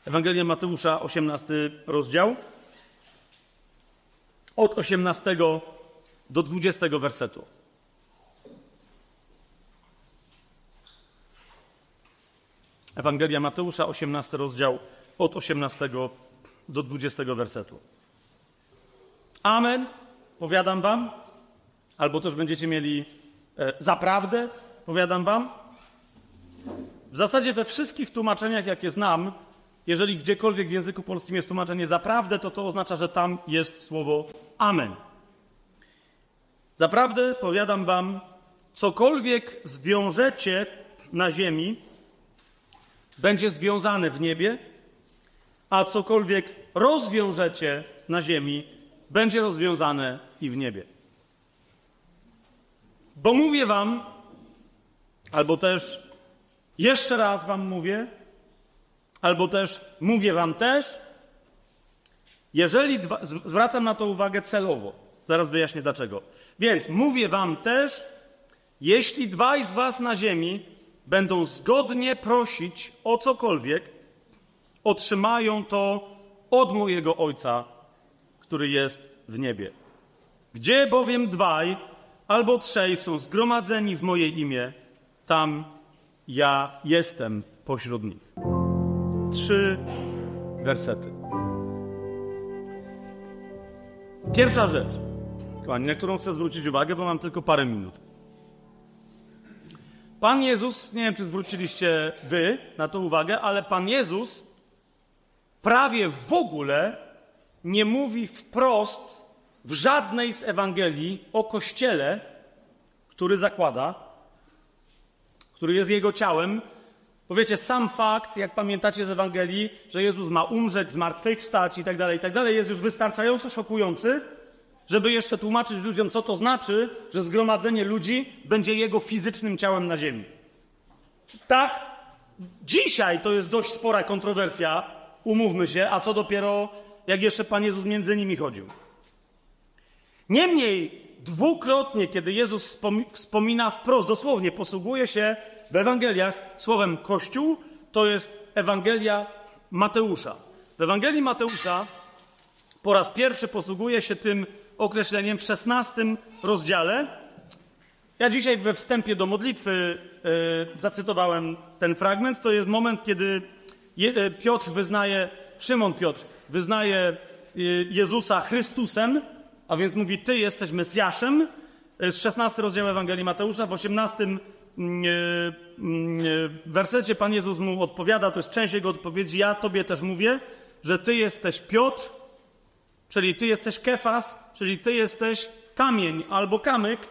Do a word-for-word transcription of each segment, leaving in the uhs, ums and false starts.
Ewangelia Mateusza, osiemnasty rozdział, od osiemnastego do dwudziestego wersetu. Ewangelia Mateusza, osiemnasty rozdział, od osiemnastego do dwudziestego wersetu. Amen, powiadam wam, albo też będziecie mieli e, zaprawdę, powiadam wam. W zasadzie we wszystkich tłumaczeniach, jakie znam, jeżeli gdziekolwiek w języku polskim jest tłumaczenie zaprawdę, to to oznacza, że tam jest słowo amen. Zaprawdę, powiadam wam, cokolwiek zwiążecie na ziemi, będzie związane w niebie, a cokolwiek rozwiążecie na ziemi, będzie rozwiązane i w niebie. Bo mówię wam, albo też jeszcze raz wam mówię, albo też mówię wam też, jeżeli dwa, zwracam na to uwagę celowo, zaraz wyjaśnię dlaczego. Więc mówię wam też, jeśli dwaj z was na ziemi będą zgodnie prosić o cokolwiek, otrzymają to od mojego Ojca, który jest w niebie. Gdzie bowiem dwaj albo trzej są zgromadzeni w moje imię, tam ja jestem pośród nich. Trzy wersety. Pierwsza rzecz, kochani, na którą chcę zwrócić uwagę, bo mam tylko parę minut. Pan Jezus, nie wiem, czy zwróciliście wy na to uwagę, ale Pan Jezus prawie w ogóle nie mówi wprost w żadnej z Ewangelii o Kościele, który zakłada, który jest Jego ciałem. Bo wiecie, sam fakt, jak pamiętacie z Ewangelii, że Jezus ma umrzeć, zmartwychwstać i tak dalej, i tak dalej, jest już wystarczająco szokujący, żeby jeszcze tłumaczyć ludziom, co to znaczy, że zgromadzenie ludzi będzie Jego fizycznym ciałem na ziemi. Tak, dzisiaj to jest dość spora kontrowersja, umówmy się, a co dopiero, jak jeszcze Pan Jezus między nimi chodził. Niemniej, dwukrotnie, kiedy Jezus wspomina wprost, dosłownie posługuje się w Ewangeliach słowem Kościół, to jest Ewangelia Mateusza. W Ewangelii Mateusza po raz pierwszy posługuje się tym określeniem w szesnastym rozdziale. Ja dzisiaj we wstępie do modlitwy yy, zacytowałem ten fragment. To jest moment, kiedy Je- Piotr wyznaje, Szymon Piotr wyznaje yy, Jezusa Chrystusem, a więc mówi, ty jesteś Mesjaszem. Z szesnastego rozdziału Ewangelii Mateusza, w osiemnastym wersecie Pan Jezus mu odpowiada, to jest część jego odpowiedzi, ja tobie też mówię, że ty jesteś Piotr, czyli ty jesteś Kefas, czyli ty jesteś kamień albo kamyk,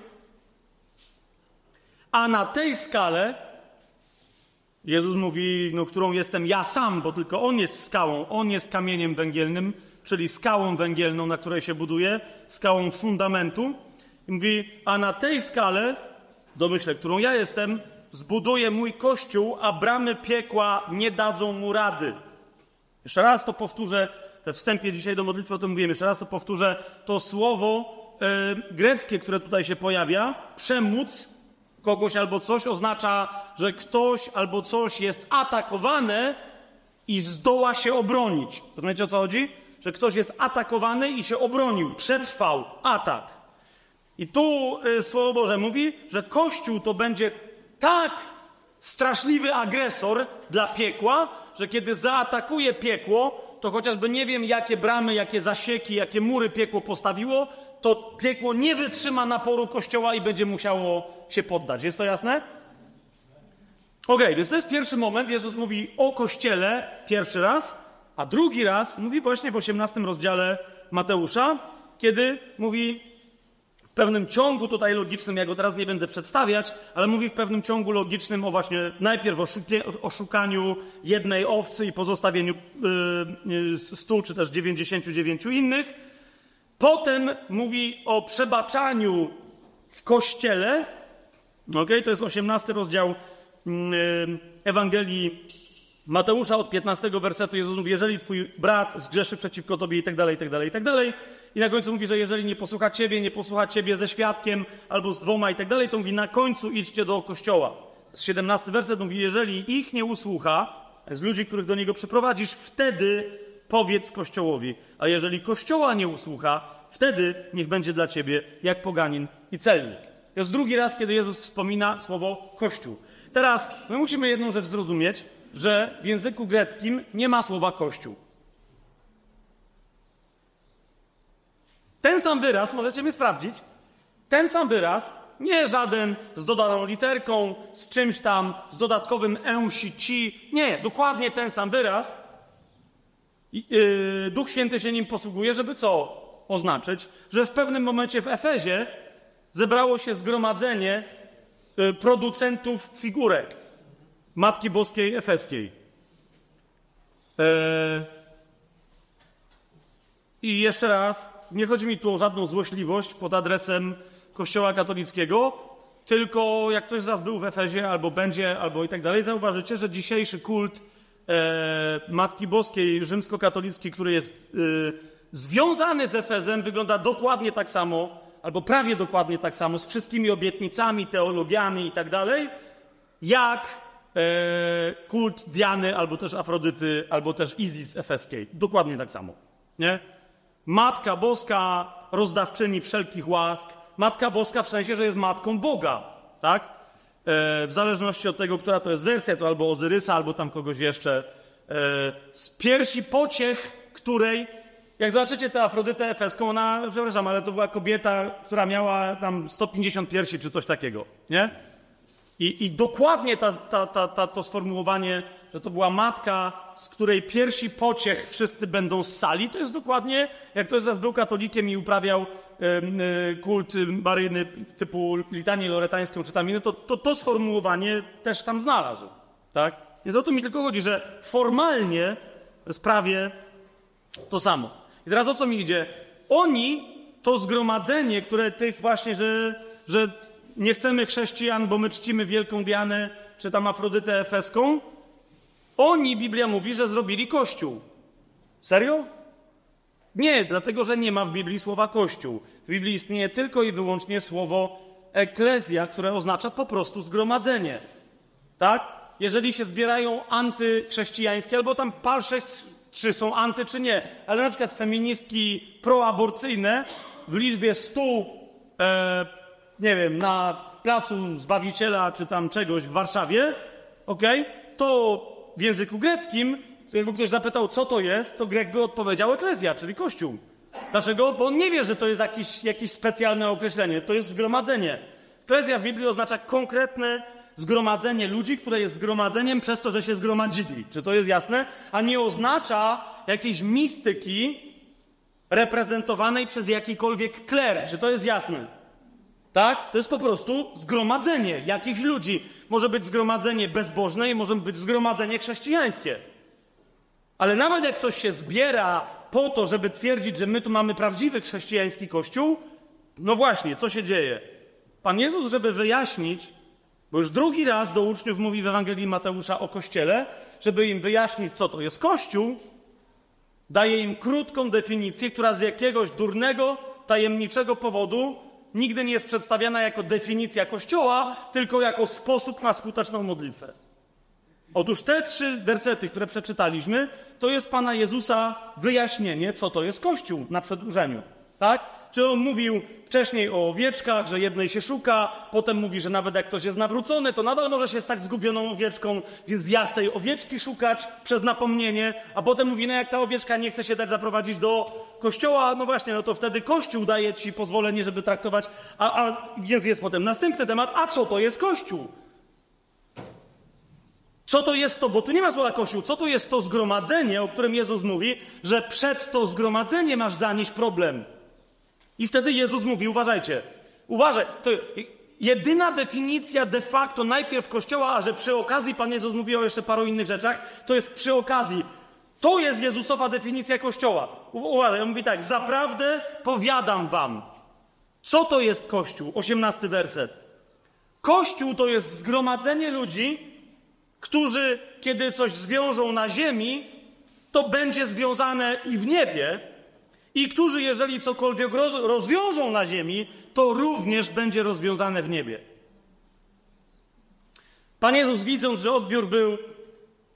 a na tej skale Jezus mówi, no, którą jestem ja sam, bo tylko On jest skałą, On jest kamieniem węgielnym, czyli skałą węgielną, na której się buduje, skałą fundamentu. I mówi, a na tej skale, w domyśle, którą ja jestem, zbuduję mój Kościół, a bramy piekła nie dadzą mu rady. Jeszcze raz to powtórzę, we wstępie dzisiaj do modlitwy o tym mówiłem, jeszcze raz to powtórzę, to słowo e, greckie, które tutaj się pojawia, przemóc kogoś albo coś, oznacza, że ktoś albo coś jest atakowane i zdoła się obronić. Rozumiecie, o co chodzi? Że ktoś jest atakowany i się obronił, przetrwał atak. I tu y, Słowo Boże mówi, że Kościół to będzie tak straszliwy agresor dla piekła, że kiedy zaatakuje piekło, to chociażby nie wiem, jakie bramy, jakie zasieki, jakie mury piekło postawiło, to piekło nie wytrzyma naporu Kościoła i będzie musiało się poddać. Jest to jasne? Okej, okay, więc to jest pierwszy moment. Jezus mówi o Kościele pierwszy raz, a drugi raz mówi właśnie w osiemnastym rozdziale Mateusza, kiedy mówi w pewnym ciągu tutaj logicznym, ja go teraz nie będę przedstawiać, ale mówi w pewnym ciągu logicznym o właśnie najpierw o szukaniu jednej owcy i pozostawieniu yy, stu czy też dziewięćdziesięciu dziewięciu innych. Potem mówi o przebaczaniu w Kościele. Okay? To jest osiemnasty rozdział yy, Ewangelii Mateusza od piętnastego wersetu. Jezus mówi, jeżeli twój brat zgrzeszy przeciwko tobie i tak dalej, i tak dalej, i tak dalej. I na końcu mówi, że jeżeli nie posłucha ciebie, nie posłucha ciebie ze świadkiem albo z dwoma i tak dalej, to mówi, na końcu idźcie do kościoła. Z siedemnasty werset mówi, jeżeli ich nie usłucha, z ludzi, których do niego przyprowadzisz, wtedy powiedz Kościołowi. A jeżeli Kościoła nie usłucha, wtedy niech będzie dla ciebie jak poganin i celnik. To jest drugi raz, kiedy Jezus wspomina słowo Kościół. Teraz my musimy jedną rzecz zrozumieć, że w języku greckim nie ma słowa Kościół. Ten sam wyraz, możecie mnie sprawdzić, ten sam wyraz, nie żaden z dodaną literką, z czymś tam, z dodatkowym ęsi, ci, nie, dokładnie ten sam wyraz. Yy, Duch Święty się nim posługuje, żeby co oznaczyć? Że w pewnym momencie w Efezie zebrało się zgromadzenie yy, producentów figurek Matki Boskiej Efeskiej. Yy, I jeszcze raz, nie chodzi mi tu o żadną złośliwość pod adresem Kościoła katolickiego, tylko jak ktoś z was był w Efezie, albo będzie, albo i tak dalej, zauważycie, że dzisiejszy kult e, Matki Boskiej rzymskokatolicki, który jest e, związany z Efezem, wygląda dokładnie tak samo, albo prawie dokładnie tak samo, z wszystkimi obietnicami, teologiami i tak dalej, jak e, kult Diany, albo też Afrodyty, albo też Izis efeskiej. Dokładnie tak samo, nie? Matka Boska, rozdawczyni wszelkich łask. Matka Boska w sensie, że jest matką Boga, tak? E, w zależności od tego, która to jest wersja, to albo Ozyrysa, albo tam kogoś jeszcze. E, z piersi pociech, której, jak zobaczycie tę Afrodytę efeską, ona, przepraszam, ale to była kobieta, która miała tam sto pięćdziesiąt piersi, czy coś takiego, nie? I, i dokładnie ta, ta, ta, ta, to sformułowanie, że to była matka, z której piersi pociech wszyscy będą ssali, to jest dokładnie, jak ktoś z was był katolikiem i uprawiał y, y, kult Maryjny typu litanię loretańską czy tam inne, to, to to sformułowanie też tam znalazł, tak? Więc o to mi tylko chodzi, że formalnie jest prawie to samo. I teraz o co mi idzie? Oni, to zgromadzenie, które tych właśnie, że, że nie chcemy chrześcijan, bo my czcimy wielką Dianę, czy tam Afrodytę efeską, oni, Biblia mówi, że zrobili Kościół. Serio? Nie, dlatego, że nie ma w Biblii słowa Kościół. W Biblii istnieje tylko i wyłącznie słowo eklezja, które oznacza po prostu zgromadzenie. Tak? Jeżeli się zbierają antychrześcijańskie, albo tam palsze, czy są anty, czy nie, ale na przykład feministki proaborcyjne w liczbie stu, e, nie wiem, na placu Zbawiciela, czy tam czegoś w Warszawie, okej, okay, to w języku greckim, jakby ktoś zapytał, co to jest, to Grek by odpowiedział eklezja, czyli Kościół. Dlaczego? Bo on nie wie, że to jest jakieś, jakieś specjalne określenie. To jest zgromadzenie. Eklezja w Biblii oznacza konkretne zgromadzenie ludzi, które jest zgromadzeniem przez to, że się zgromadzili. Czy to jest jasne? A nie oznacza jakiejś mistyki reprezentowanej przez jakikolwiek kler. Czy to jest jasne? Tak? To jest po prostu zgromadzenie jakichś ludzi. Może być zgromadzenie bezbożne i może być zgromadzenie chrześcijańskie. Ale nawet jak ktoś się zbiera po to, żeby twierdzić, że my tu mamy prawdziwy chrześcijański Kościół, no właśnie, co się dzieje? Pan Jezus, żeby wyjaśnić, bo już drugi raz do uczniów mówi w Ewangelii Mateusza o Kościele, żeby im wyjaśnić, co to jest Kościół, daje im krótką definicję, która z jakiegoś durnego, tajemniczego powodu nigdy nie jest przedstawiana jako definicja Kościoła, tylko jako sposób na skuteczną modlitwę. Otóż te trzy wersety, które przeczytaliśmy, to jest Pana Jezusa wyjaśnienie, co to jest Kościół na przedłużeniu. Tak? Czy on mówił wcześniej o owieczkach, że jednej się szuka, potem mówi, że nawet jak ktoś jest nawrócony, to nadal może się stać zgubioną owieczką, więc jak tej owieczki szukać przez napomnienie, a potem mówi, no jak ta owieczka nie chce się dać zaprowadzić do Kościoła, no właśnie, no to wtedy Kościół daje ci pozwolenie, żeby traktować, a, a więc jest potem następny temat, a co to jest Kościół? Co to jest to, bo tu nie ma słowa Kościół, co to jest to zgromadzenie, o którym Jezus mówi, że przed to zgromadzenie masz zanieść problem. I wtedy Jezus mówi, uważajcie, uważaj, to jedyna definicja de facto najpierw Kościoła, a że przy okazji Pan Jezus mówi o jeszcze paru innych rzeczach, to jest przy okazji. To jest Jezusowa definicja Kościoła. Uważaj, on mówi tak, zaprawdę powiadam wam, co to jest Kościół? osiemnasty werset. Kościół to jest zgromadzenie ludzi, którzy, kiedy coś zwiążą na ziemi, to będzie związane i w niebie, i którzy, jeżeli cokolwiek roz, rozwiążą na ziemi, to również będzie rozwiązane w niebie. Pan Jezus, widząc, że odbiór był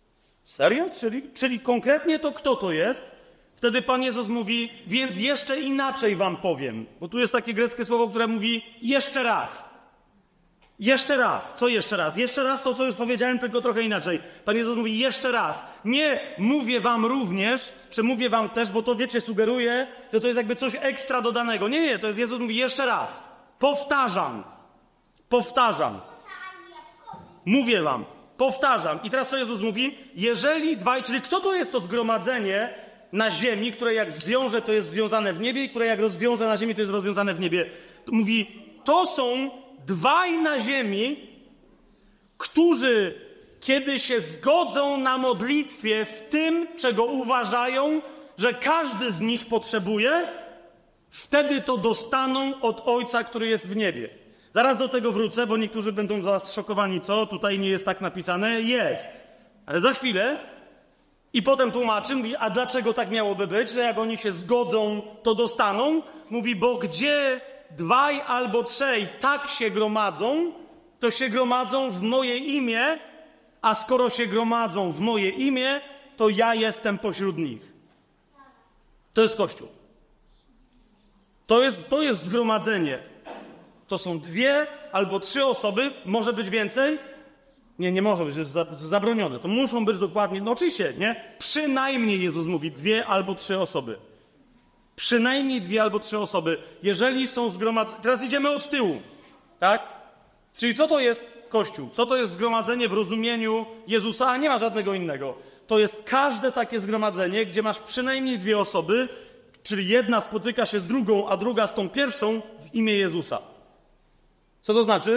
Serio? Czyli, czyli konkretnie to kto to jest? Wtedy Pan Jezus mówi, więc jeszcze inaczej wam powiem. Bo tu jest takie greckie słowo, które mówi jeszcze raz. Jeszcze raz. Co jeszcze raz? Jeszcze raz to, co już powiedziałem, tylko trochę inaczej. Pan Jezus mówi jeszcze raz. Nie mówię wam również, czy mówię wam też, bo to wiecie, sugeruje, że to jest jakby coś ekstra dodanego. Nie, nie, to jest Jezus mówi jeszcze raz. Powtarzam. Powtarzam. Mówię wam. Powtarzam. I teraz co Jezus mówi? Jeżeli dwaj, czyli kto to jest to zgromadzenie na ziemi, które jak zwiąże, to jest związane w niebie i które jak rozwiąże na ziemi, to jest rozwiązane w niebie. To mówi, to są dwaj na ziemi, którzy kiedy się zgodzą na modlitwie w tym, czego uważają, że każdy z nich potrzebuje, wtedy to dostaną od Ojca, który jest w niebie. Zaraz do tego wrócę, bo niektórzy będą zaraz szokowani, co? Tutaj nie jest tak napisane. Jest. Ale za chwilę. I potem tłumaczy, mówi, a dlaczego tak miałoby być, że jak oni się zgodzą, to dostaną? Mówi, bo gdzie dwaj albo trzej tak się gromadzą, to się gromadzą w moje imię, a skoro się gromadzą w moje imię, to ja jestem pośród nich. To jest Kościół. To jest, to jest zgromadzenie. To są dwie albo trzy osoby, może być więcej? Nie, nie może być, jest zabronione. To muszą być dokładnie, no oczywiście, nie? Przynajmniej Jezus mówi dwie albo trzy osoby. Przynajmniej dwie albo trzy osoby. Jeżeli są zgromadzone... Teraz idziemy od tyłu, tak? Czyli co to jest Kościół? Co to jest zgromadzenie w rozumieniu Jezusa? Nie ma żadnego innego. To jest każde takie zgromadzenie, gdzie masz przynajmniej dwie osoby, czyli jedna spotyka się z drugą, a druga z tą pierwszą w imię Jezusa. Co to znaczy?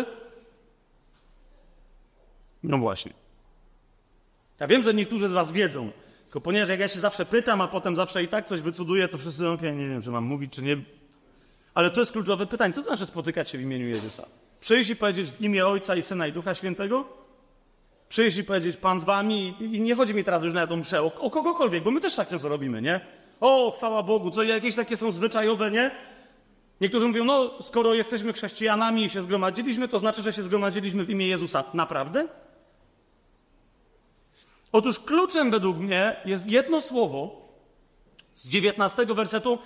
No właśnie. Ja wiem, że niektórzy z was wiedzą, tylko ponieważ jak ja się zawsze pytam, a potem zawsze i tak coś wycuduję, to wszyscy, okej, okay, nie wiem, czy mam mówić, czy nie. Ale to jest kluczowe pytanie. Co to znaczy spotykać się w imieniu Jezusa? Przyjść i powiedzieć w imię Ojca i Syna i Ducha Świętego? Przyjść i powiedzieć Pan z wami? I nie chodzi mi teraz już na tą mszę, o, o kogokolwiek, bo my też tak często robimy, nie? O, chwała Bogu, co jakieś takie są zwyczajowe, nie? Niektórzy mówią, no skoro jesteśmy chrześcijanami i się zgromadziliśmy, to znaczy, że się zgromadziliśmy w imię Jezusa. Naprawdę? Otóż kluczem według mnie jest jedno słowo z dziewiętnastego wersetu.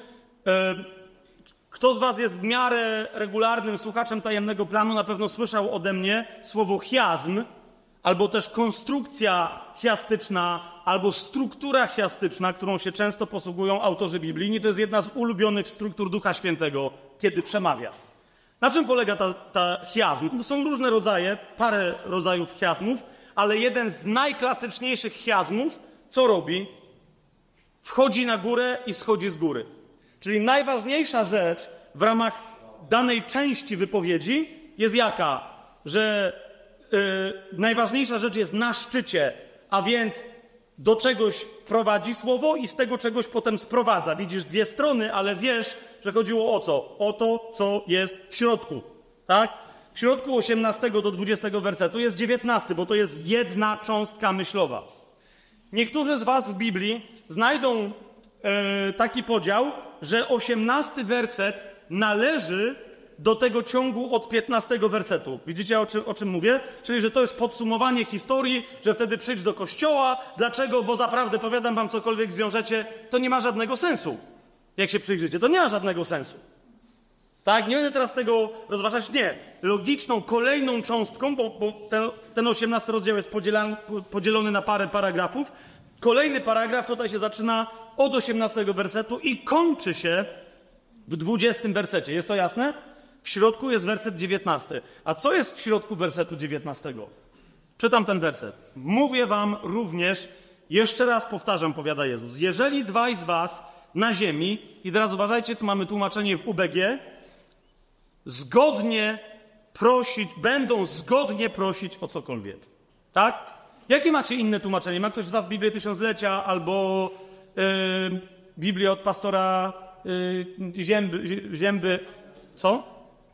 Kto z was jest w miarę regularnym słuchaczem tajemnego planu, na pewno słyszał ode mnie słowo chiazm, albo też konstrukcja chiastyczna, albo struktura chiastyczna, którą się często posługują autorzy biblijni. To jest jedna z ulubionych struktur Ducha Świętego, kiedy przemawia. Na czym polega ta, ta chiazm? Są różne rodzaje, parę rodzajów chiazmów, ale jeden z najklasyczniejszych chiazmów, co robi? Wchodzi na górę i schodzi z góry. Czyli najważniejsza rzecz w ramach danej części wypowiedzi jest jaka? Że yy, najważniejsza rzecz jest na szczycie, a więc do czegoś prowadzi słowo i z tego czegoś potem sprowadza. Widzisz dwie strony, ale wiesz, że chodziło o co? O to, co jest w środku. Tak? W środku osiemnastego do dwudziestego wersetu jest dziewiętnasty, bo to jest jedna cząstka myślowa. Niektórzy z was w Biblii znajdą e, taki podział, że osiemnasty werset należy do tego ciągu od piętnastego wersetu. Widzicie, o czym, o czym mówię? Czyli, że to jest podsumowanie historii, że wtedy przyjdź do kościoła. Dlaczego? Bo zaprawdę, powiadam wam, cokolwiek zwiążecie, to nie ma żadnego sensu. Jak się przyjrzycie, to nie ma żadnego sensu. Tak? Nie będę teraz tego rozważać. Nie. Logiczną, kolejną cząstką, bo, bo ten, ten osiemnasty rozdział jest podzielany, podzielony na parę paragrafów. Kolejny paragraf tutaj się zaczyna od osiemnastego wersetu i kończy się w dwudziestym wersecie. Jest to jasne? W środku jest werset dziewiętnasty. A co jest w środku wersetu dziewiętnastego? Czytam ten werset. Mówię wam również, jeszcze raz powtarzam, powiada Jezus, jeżeli dwaj z was na ziemi, i teraz uważajcie, tu mamy tłumaczenie w U B G, zgodnie prosić, będą zgodnie prosić o cokolwiek. Tak? Jakie macie inne tłumaczenie? Ma ktoś z was Biblię Tysiąclecia albo yy, Biblię od pastora yy, Zięby, Zięby... Co?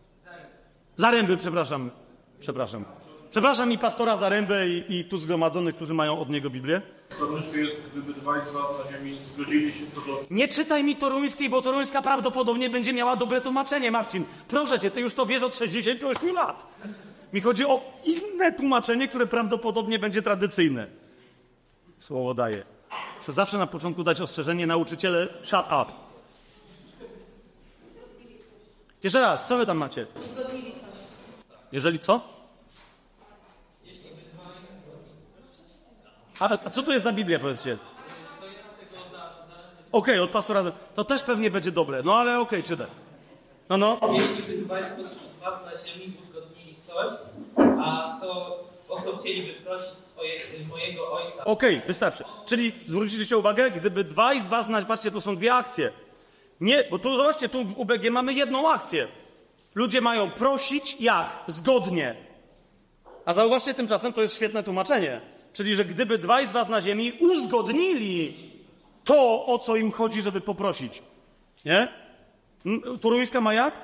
Zaręby, przepraszam. Przepraszam. Przepraszam i pastora Zarębę i, i tu zgromadzonych, którzy mają od niego Biblię. Toruński jest, gdyby dwaj z was na ziemi zgodzili się co do... Nie czytaj mi toruńskiej, bo toruńska prawdopodobnie będzie miała dobre tłumaczenie, Marcin. Proszę cię, ty już to wiesz od sześćdziesięciu ośmiu lat. Mi chodzi o inne tłumaczenie, które prawdopodobnie będzie tradycyjne. Słowo daje. Muszę zawsze na początku dać ostrzeżenie, nauczyciele, shut up. Jeszcze raz, co wy tam macie? Uzgodnili coś. Jeżeli co? A, a co tu jest za Biblia, powiedzcie? Okej, okay, od pastora. To też pewnie będzie dobre, no ale okej, okay, czytaj. No, no. Jeśli by dwaj spośród was na ziemi uzgodnili coś, a co, o co chcieliby prosić swoje, mojego Ojca. Okej, okay, wystarczy. Czyli zwróciliście uwagę, gdyby dwaj z was, patrzcie, to są dwie akcje. Nie, bo tu zobaczcie, tu w U B G mamy jedną akcję. Ludzie mają prosić jak? Zgodnie. A zauważcie, tymczasem to jest świetne tłumaczenie. Czyli, że gdyby dwaj z was na ziemi uzgodnili to, o co im chodzi, żeby poprosić. Nie? Toruńska ma jak?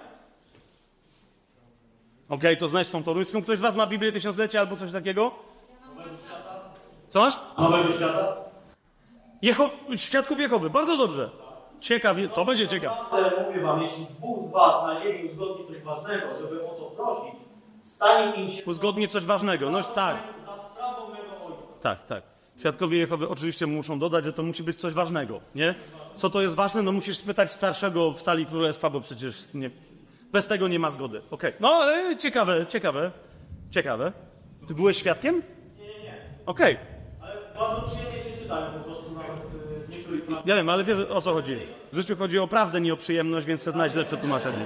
Okej, okay, to znajdź tą toruńską. Ktoś z was ma Biblię Tysiąclecia albo coś takiego? Co masz? Nowego świata? Jehow- Świadków Jehowy. Bardzo dobrze. Ciekawie, to będzie ciekawe. Ale mówię wam, jeśli dwóch z was na ziemi uzgodni coś ważnego, żeby o to prosić, stanie im się Uzgodni coś ważnego. No tak. za sprawą mego Ojca. Tak, tak. Świadkowie Jehowy oczywiście muszą dodać, że to musi być coś ważnego, nie? Co to jest ważne? No musisz spytać starszego w sali królestwa, bo przecież nie, bez tego nie ma zgody. Okej. Okay. No ale ciekawe, ciekawe, ciekawe. Ty byłeś świadkiem? Nie, nie, nie. Okej. Okay. Ale bardzo przyjemnie się czytają po prostu nawet y, niektórych fragmentów. Ja wiem, ale wiesz, o co chodzi. W życiu chodzi o prawdę, nie o przyjemność, więc chcę znaleźć lepsze tłumaczenie.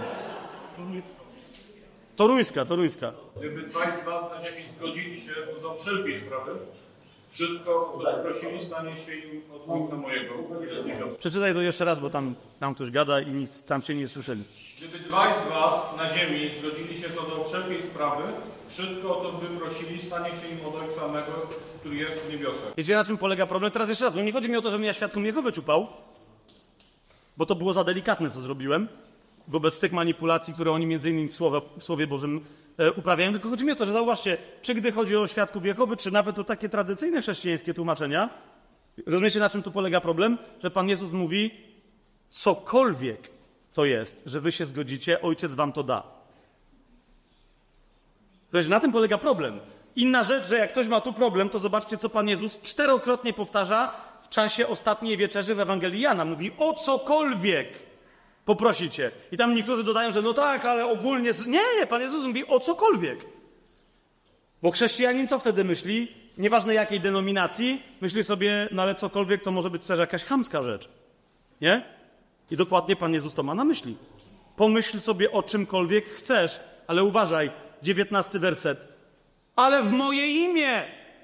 Toruńska, toruńska. Gdyby dwaj z was na ziemi zgodzili się co do wszelkiej sprawy, wszystko, o co prosili, stanie się im od Ojca mojego. Przeczytaj to jeszcze raz, bo tam, tam ktoś gada i nic, tam cię nie słyszeli. Gdyby dwaj z was na ziemi zgodzili się co do wszelkiej sprawy, wszystko, o co by prosili, stanie się im od Ojca mego, który jest w niebiosach. Wiecie, na czym polega problem? Teraz jeszcze raz, bo nie chodzi mi o to, żebym ja świadkom Jehowy ciupał, bo to było za delikatne, co zrobiłem, wobec tych manipulacji, które oni między innymi w Słowie, w Słowie Bożym e, uprawiają. Tylko chodzi mi o to, że zauważcie, czy gdy chodzi o świadków Jehowy, czy nawet o takie tradycyjne chrześcijańskie tłumaczenia, rozumiecie, na czym tu polega problem? Że Pan Jezus mówi, cokolwiek to jest, że wy się zgodzicie, Ojciec wam to da. Wiesz, na tym polega problem. Inna rzecz, że jak ktoś ma tu problem, to zobaczcie, co Pan Jezus czterokrotnie powtarza w czasie ostatniej wieczerzy w Ewangelii Jana. Mówi, o cokolwiek poprosicie. I tam niektórzy dodają, że no tak, ale ogólnie... Z... Nie, nie, Pan Jezus mówi o cokolwiek. Bo chrześcijanin co wtedy myśli? Nieważne jakiej denominacji, myśli sobie, no ale cokolwiek to może być też jakaś chamska rzecz. Nie? I dokładnie Pan Jezus to ma na myśli. Pomyśl sobie o czymkolwiek chcesz, ale uważaj, dziewiętnasty werset. Ale w moje imię!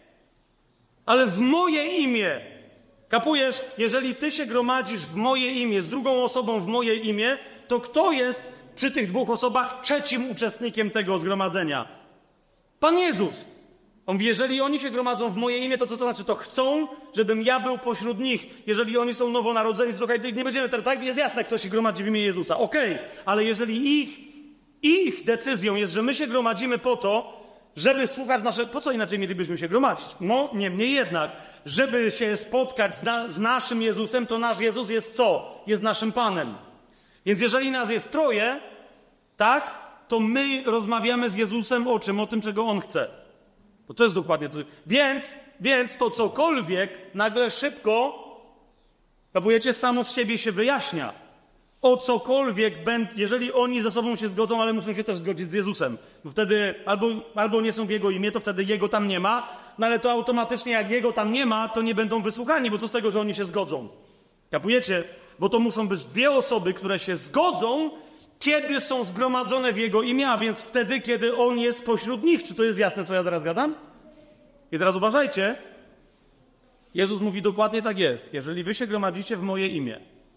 Ale w moje imię! Kapujesz? Jeżeli ty się gromadzisz w moje imię, z drugą osobą w moje imię, to kto jest przy tych dwóch osobach trzecim uczestnikiem tego zgromadzenia? Pan Jezus. On mówi, jeżeli oni się gromadzą w moje imię, to co to znaczy? To chcą, żebym ja był pośród nich. Jeżeli oni są nowonarodzeni, słuchaj, nie będziemy teraz, tak? Jest jasne, kto się gromadzi w imię Jezusa. Okej, okay. Ale jeżeli ich, ich decyzją jest, że my się gromadzimy po to, żeby słuchać nasze... Po co inaczej mielibyśmy się gromadzić? No, niemniej jednak, żeby się spotkać z, na, z naszym Jezusem, to nasz Jezus jest co? Jest naszym Panem. Więc jeżeli nas jest troje, tak? To my rozmawiamy z Jezusem o czym? O tym, czego On chce. Bo to jest dokładnie to. Więc, więc to cokolwiek nagle szybko, kapujecie, samo z siebie się wyjaśnia. O cokolwiek, jeżeli oni ze sobą się zgodzą, ale muszą się też zgodzić z Jezusem. Bo wtedy albo, albo nie są w Jego imię, to wtedy Jego tam nie ma, no ale to automatycznie jak Jego tam nie ma, to nie będą wysłuchani, bo co z tego, że oni się zgodzą? Kapujecie? Bo to muszą być dwie osoby, które się zgodzą, kiedy są zgromadzone w Jego imię, a więc wtedy, kiedy On jest pośród nich. Czy to jest jasne, co ja teraz gadam? I teraz uważajcie. Jezus mówi, dokładnie tak jest. Jeżeli wy się gromadzicie w moje imię,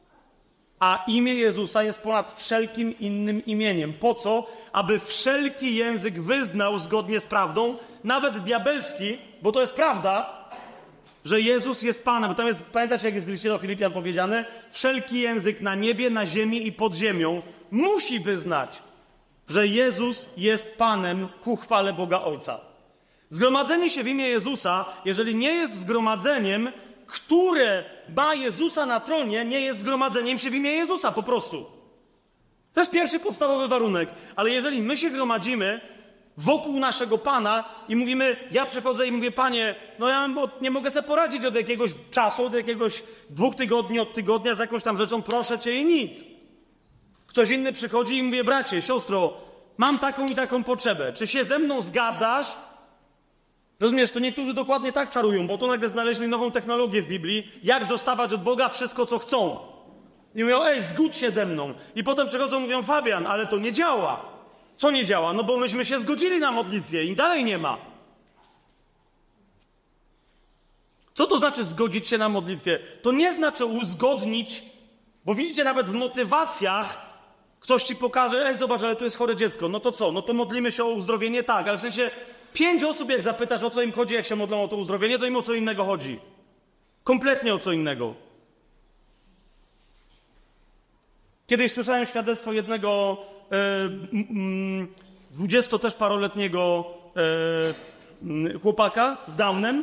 a imię Jezusa jest ponad wszelkim innym imieniem. Po co? Aby wszelki język wyznał zgodnie z prawdą, nawet diabelski, bo to jest prawda, że Jezus jest Panem. Tam jest, pamiętacie, jak jest w liście do Filipian powiedziane? Wszelki język na niebie, na ziemi i pod ziemią musi wyznać, że Jezus jest Panem ku chwale Boga Ojca. Zgromadzenie się w imię Jezusa, jeżeli nie jest zgromadzeniem, które ma Jezusa na tronie, nie jest zgromadzeniem się w imię Jezusa, po prostu. To jest pierwszy podstawowy warunek. Ale jeżeli my się gromadzimy wokół naszego Pana i mówimy, ja przychodzę i mówię, Panie, no ja nie mogę sobie poradzić od jakiegoś czasu, od jakiegoś dwóch tygodni, od tygodnia z jakąś tam rzeczą, proszę Cię i nic. Ktoś inny przychodzi i mówi, bracie, siostro, mam taką i taką potrzebę. Czy się ze mną zgadzasz? Rozumiesz, to niektórzy dokładnie tak czarują, bo tu nagle znaleźli nową technologię w Biblii, jak dostawać od Boga wszystko, co chcą. I mówią, ej, zgódź się ze mną. I potem przychodzą i mówią, Fabian, ale to nie działa. Co nie działa? No bo myśmy się zgodzili na modlitwie i dalej nie ma. Co to znaczy zgodzić się na modlitwie? To nie znaczy uzgodnić, bo widzicie, nawet w motywacjach ktoś ci pokaże, ej, zobacz, ale tu jest chore dziecko. No to co? No to modlimy się o uzdrowienie? Tak, ale w sensie pięć osób, jak zapytasz, o co im chodzi, jak się modlą o to uzdrowienie, to im o co innego chodzi. Kompletnie o co innego. Kiedyś słyszałem świadectwo jednego dwudziesto też paroletniego e, chłopaka z Downem,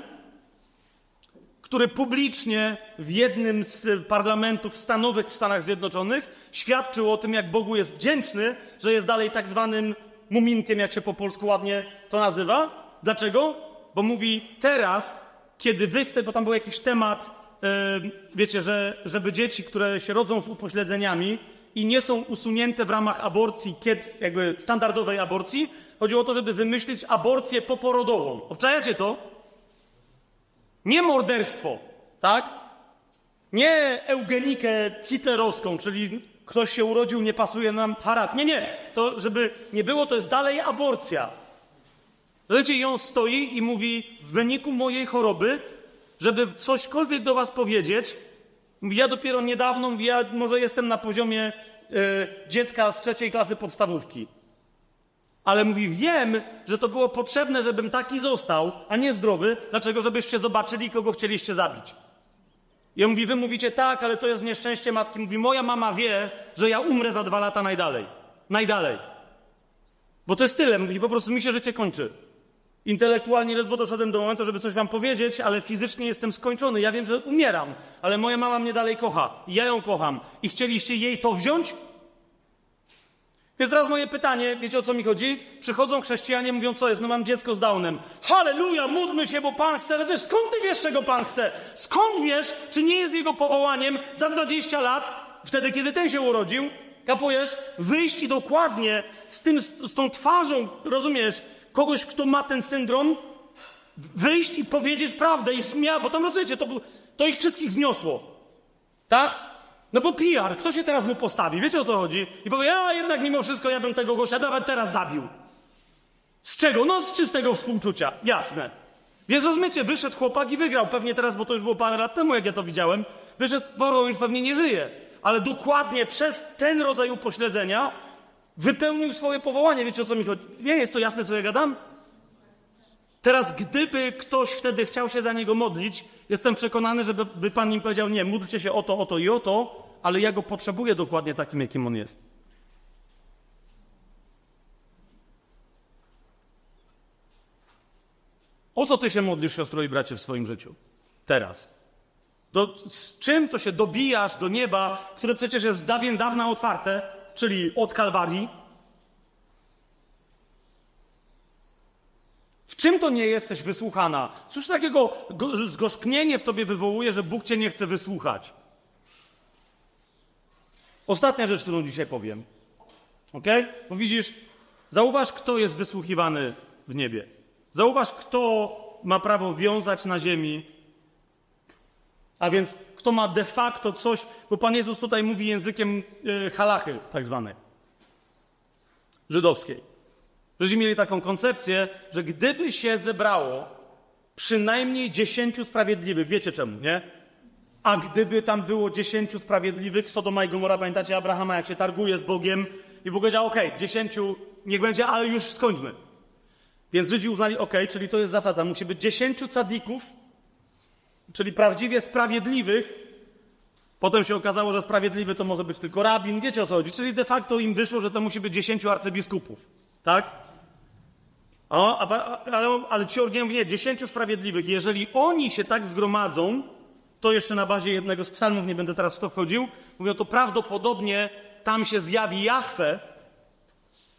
który publicznie w jednym z parlamentów stanowych w Stanach Zjednoczonych świadczył o tym, jak Bogu jest wdzięczny, że jest dalej tak zwanym muminkiem, jak się po polsku ładnie to nazywa. Dlaczego? Bo mówi, teraz, kiedy wy chcecie, bo tam był jakiś temat, e, wiecie, że żeby dzieci, które się rodzą z upośledzeniami i nie są usunięte w ramach aborcji, kiedy, jakby standardowej aborcji, chodziło o to, żeby wymyślić aborcję poporodową. Obczajacie to? Nie morderstwo, tak? Nie eugenikę hitlerowską, czyli ktoś się urodził, nie pasuje nam charakter. Nie, nie. To, żeby nie było, to jest dalej aborcja. Zobaczcie, i on stoi i mówi, w wyniku mojej choroby, żeby cośkolwiek do was powiedzieć, ja dopiero niedawno, ja może jestem na poziomie y, dziecka z trzeciej klasy podstawówki. Ale mówi, wiem, że to było potrzebne, żebym taki został, a nie zdrowy. Dlaczego? Żebyście zobaczyli, kogo chcieliście zabić. I on mówi, wy mówicie, tak, ale to jest nieszczęście matki. Mówi, moja mama wie, że ja umrę za dwa lata najdalej. Najdalej. Bo to jest tyle. Mówi, po prostu mi się życie kończy. Intelektualnie ledwo doszedłem do momentu, żeby coś wam powiedzieć, ale fizycznie jestem skończony. Ja wiem, że umieram, ale moja mama mnie dalej kocha. I ja ją kocham. I chcieliście jej to wziąć? Więc teraz moje pytanie, wiecie, o co mi chodzi? Przychodzą chrześcijanie, mówią, co jest? No mam dziecko z Downem. Halleluja, módlmy się, bo Pan chce. Ale wiesz, skąd ty wiesz, czego Pan chce? Skąd wiesz, czy nie jest jego powołaniem za dwadzieścia lat, wtedy, kiedy ten się urodził, kapujesz, wyjść i dokładnie z, tym, z tą twarzą, rozumiesz, kogoś, kto ma ten syndrom, wyjść i powiedzieć prawdę i śmiać, bo tam, rozumiecie, to, to ich wszystkich zniosło. Tak? No bo P R, kto się teraz mu postawi? Wiecie, o co chodzi? I powie, a jednak mimo wszystko ja bym tego gościa nawet teraz zabił. Z czego? No z czystego współczucia. Jasne. Więc rozumiecie, wyszedł chłopak i wygrał. Pewnie teraz, bo to już było parę lat temu, jak ja to widziałem. Wyszedł, bo on już pewnie nie żyje. Ale dokładnie przez ten rodzaj upośledzenia wypełnił swoje powołanie. Wiecie, o co mi chodzi? Nie jest to jasne, co ja gadam? Teraz, gdyby ktoś wtedy chciał się za niego modlić, jestem przekonany, żeby by Pan im powiedział, nie, módlcie się o to, o to i o to, ale ja go potrzebuję dokładnie takim, jakim on jest. O co ty się modlisz, siostro i bracie, w swoim życiu? Teraz. Do, z czym to się dobijasz do nieba, które przecież jest z dawien dawna otwarte, czyli od Kalwarii? W czym to nie jesteś wysłuchana? Cóż takiego go, zgorzknienie w tobie wywołuje, że Bóg cię nie chce wysłuchać? Ostatnia rzecz, którą dzisiaj powiem. Okej? Okay? Bo widzisz, zauważ, kto jest wysłuchiwany w niebie. Zauważ, kto ma prawo wiązać na ziemi, a więc kto ma de facto coś, bo Pan Jezus tutaj mówi językiem yy, halachy tak zwanej, żydowskiej. Żydzi mieli taką koncepcję, że gdyby się zebrało przynajmniej dziesięciu sprawiedliwych, wiecie czemu, nie? A gdyby tam było dziesięciu sprawiedliwych, Sodoma i Gomora, pamiętacie Abrahama, jak się targuje z Bogiem i Bóg powiedział, okej, okay, dziesięciu niech będzie, ale już skończmy. Więc Żydzi uznali, okej, okay, czyli to jest zasada, musi być dziesięciu cadików, czyli prawdziwie sprawiedliwych. Potem się okazało, że sprawiedliwy to może być tylko rabin, wiecie o co chodzi, czyli de facto im wyszło, że to musi być dziesięciu arcybiskupów, tak? O, ale, ale ci orgiem nie, dziesięciu sprawiedliwych. Jeżeli oni się tak zgromadzą, to jeszcze na bazie jednego z psalmów, nie będę teraz w to wchodził, mówią, to prawdopodobnie tam się zjawi Jahwe,